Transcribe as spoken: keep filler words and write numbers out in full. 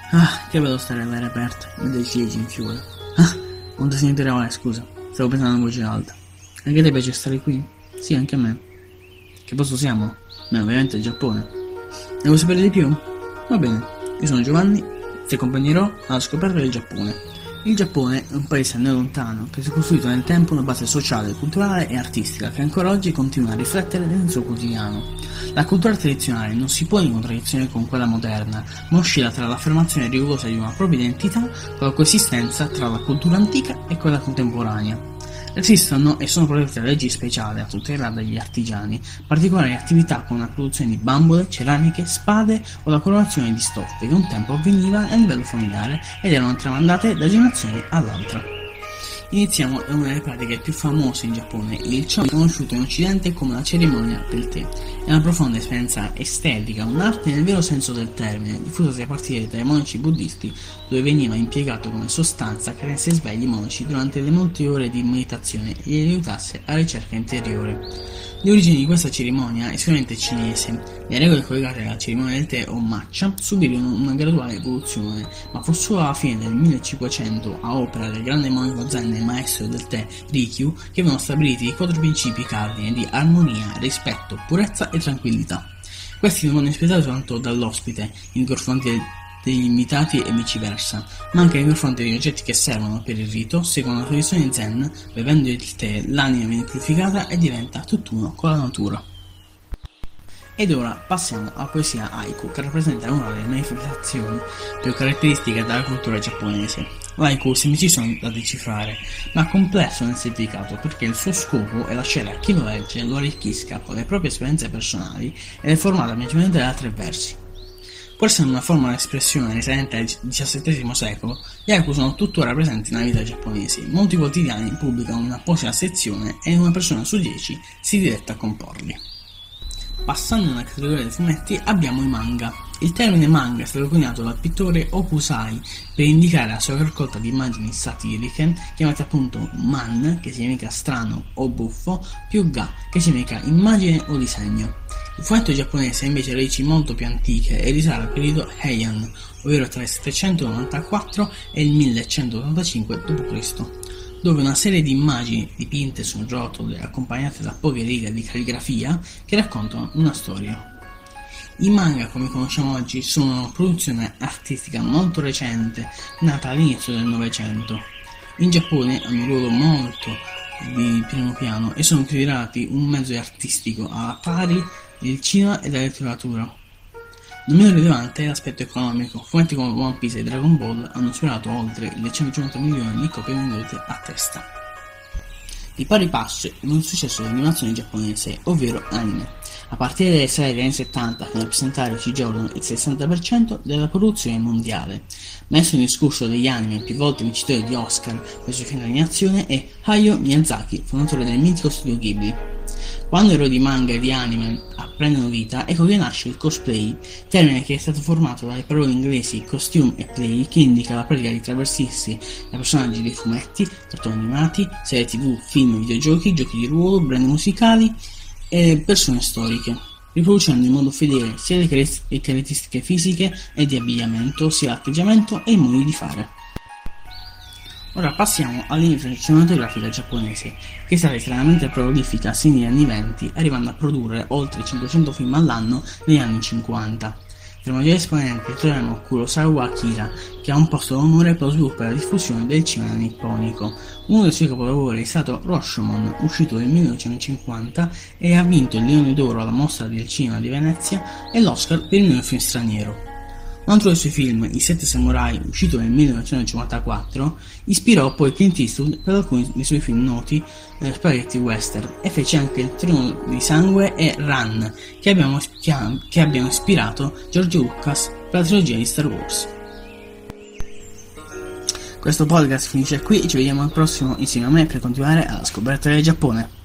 Ah, che bello stare all'aria aperta, vedere i ciliegi in fiore. Ah, quando signor eh, scusa, stavo pensando in voce alta. Anche a te piace stare qui? Sì, anche a me. Che posto siamo? Beh, ovviamente il Giappone. Ne vuoi sapere di più? Va bene, io sono Giovanni, ti accompagnerò alla scoperta del Giappone. Il Giappone è un paese a noi lontano che si è costruito nel tempo una base sociale, culturale e artistica che ancora oggi continua a riflettere nel suo quotidiano. La cultura tradizionale non si pone in contraddizione con quella moderna, ma oscilla tra l'affermazione rigorosa di una propria identità con la coesistenza tra la cultura antica e quella contemporanea. Esistono e sono protette leggi speciali a tutela degli artigiani, particolari attività come la produzione di bambole, ceramiche, spade o la colorazione di stoffe che un tempo avveniva a livello familiare ed erano tramandate da generazione all'altra. Iniziamo da una delle pratiche più famose in Giappone, il chon, conosciuto in Occidente come la cerimonia del tè. È una profonda esperienza estetica, un'arte nel vero senso del termine, diffusasi a partire dai monaci buddisti, dove veniva impiegato come sostanza che rendesse svegli i monaci durante le molte ore di meditazione e li aiutasse alla ricerca interiore. Le origini di questa cerimonia è sicuramente cinese. Le regole collegate alla cerimonia del tè o matcha subirono una graduale evoluzione, ma fu solo alla fine del millecinquecento, a opera del grande monaco zen e maestro del tè Rikyu, che avevano stabilito i quattro principi cardine di armonia, rispetto, purezza e tranquillità. Questi non vanno rispettati soltanto dall'ospite nei confronti del degli invitati e viceversa, ma anche nei confronti degli oggetti che servono per il rito. Secondo la tradizione zen, bevendo il tè, l'anima viene purificata e diventa tutt'uno con la natura. Ed ora passiamo alla poesia haiku, che rappresenta una delle manifestazioni più caratteristiche della cultura giapponese. L'haiku è semplicissimo da decifrare, ma complesso nel significato, perché il suo scopo è lasciare a chi lo legge lo arricchisca con le proprie esperienze personali ed è formata principalmente da tre versi. Pur essendo una forma di espressione risalente al diciassettesimo secolo, gli haiku sono tuttora presenti nella vita giapponese. Molti quotidiani pubblicano una apposita sezione e una persona su dieci si diretta a comporli. Passando nella categoria dei fumetti abbiamo i manga. Il termine manga è stato coniato dal pittore Hokusai per indicare la sua raccolta di immagini satiriche chiamate appunto man, che significa strano o buffo, più ga, che significa immagine o disegno. Il fumetto giapponese ha invece radici molto più antiche e risale al periodo Heian, ovvero tra il settecentonovantaquattro e il millecentottantacinque dopo Cristo, dove una serie di immagini dipinte su un rotolo accompagnate da poche righe di calligrafia che raccontano una storia. I manga, come conosciamo oggi, sono una produzione artistica molto recente, nata all'inizio del Novecento. In Giappone hanno un ruolo molto di primo piano e sono considerati un mezzo artistico alla pari del cinema e della letteratura. Non meno rilevante è l'aspetto economico. Fumetti come One Piece e Dragon Ball hanno superato oltre i centocinquanta milioni di copie vendute a testa. Di pari passo è un successo dell'animazione giapponese, ovvero anime, a partire dalle serie degli anni settanta, che rappresentare ci giocano il sessanta per cento della produzione mondiale. Messo in discorso degli anime più volte vincitore di Oscar per i suoi film d'animazione è Hayao Miyazaki, fondatore del mitico studio Ghibli. Quando eroi di manga e di anime prendono vita, ecco che nasce il cosplay, termine che è stato formato dalle parole inglesi costume e play, che indica la pratica di travestirsi da personaggi dei fumetti, cartoni animati, serie tv, film, videogiochi, giochi di ruolo, brand musicali e persone storiche, riproducendo in modo fedele sia le caratteristiche fisiche e di abbigliamento, sia l'atteggiamento e i modi di fare. Ora passiamo all'industria cinematografica giapponese, che è stata estremamente prolifica sin negli anni venti, arrivando a produrre oltre cinquecento film all'anno negli anni cinquanta. Tra i maggiori esponenti troviamo Kurosawa Akira, che ha un posto d'onore per lo sviluppo e la diffusione del cinema nipponico. Uno dei suoi capolavori è stato Rashomon, uscito nel millenovecentocinquanta e ha vinto il Leone d'Oro alla Mostra del Cinema di Venezia e l'Oscar per il miglior film straniero. Un altro dei suoi film, I Sette Samurai, uscito nel millenovecentocinquantaquattro, ispirò poi Clint Eastwood per alcuni dei suoi film noti eh, spaghetti western e fece anche Il Trono di Sangue e Run, che abbiamo, che abbiamo ispirato George Lucas per la trilogia di Star Wars. Questo podcast finisce qui e ci vediamo al prossimo insieme a me per continuare alla scoperta del Giappone.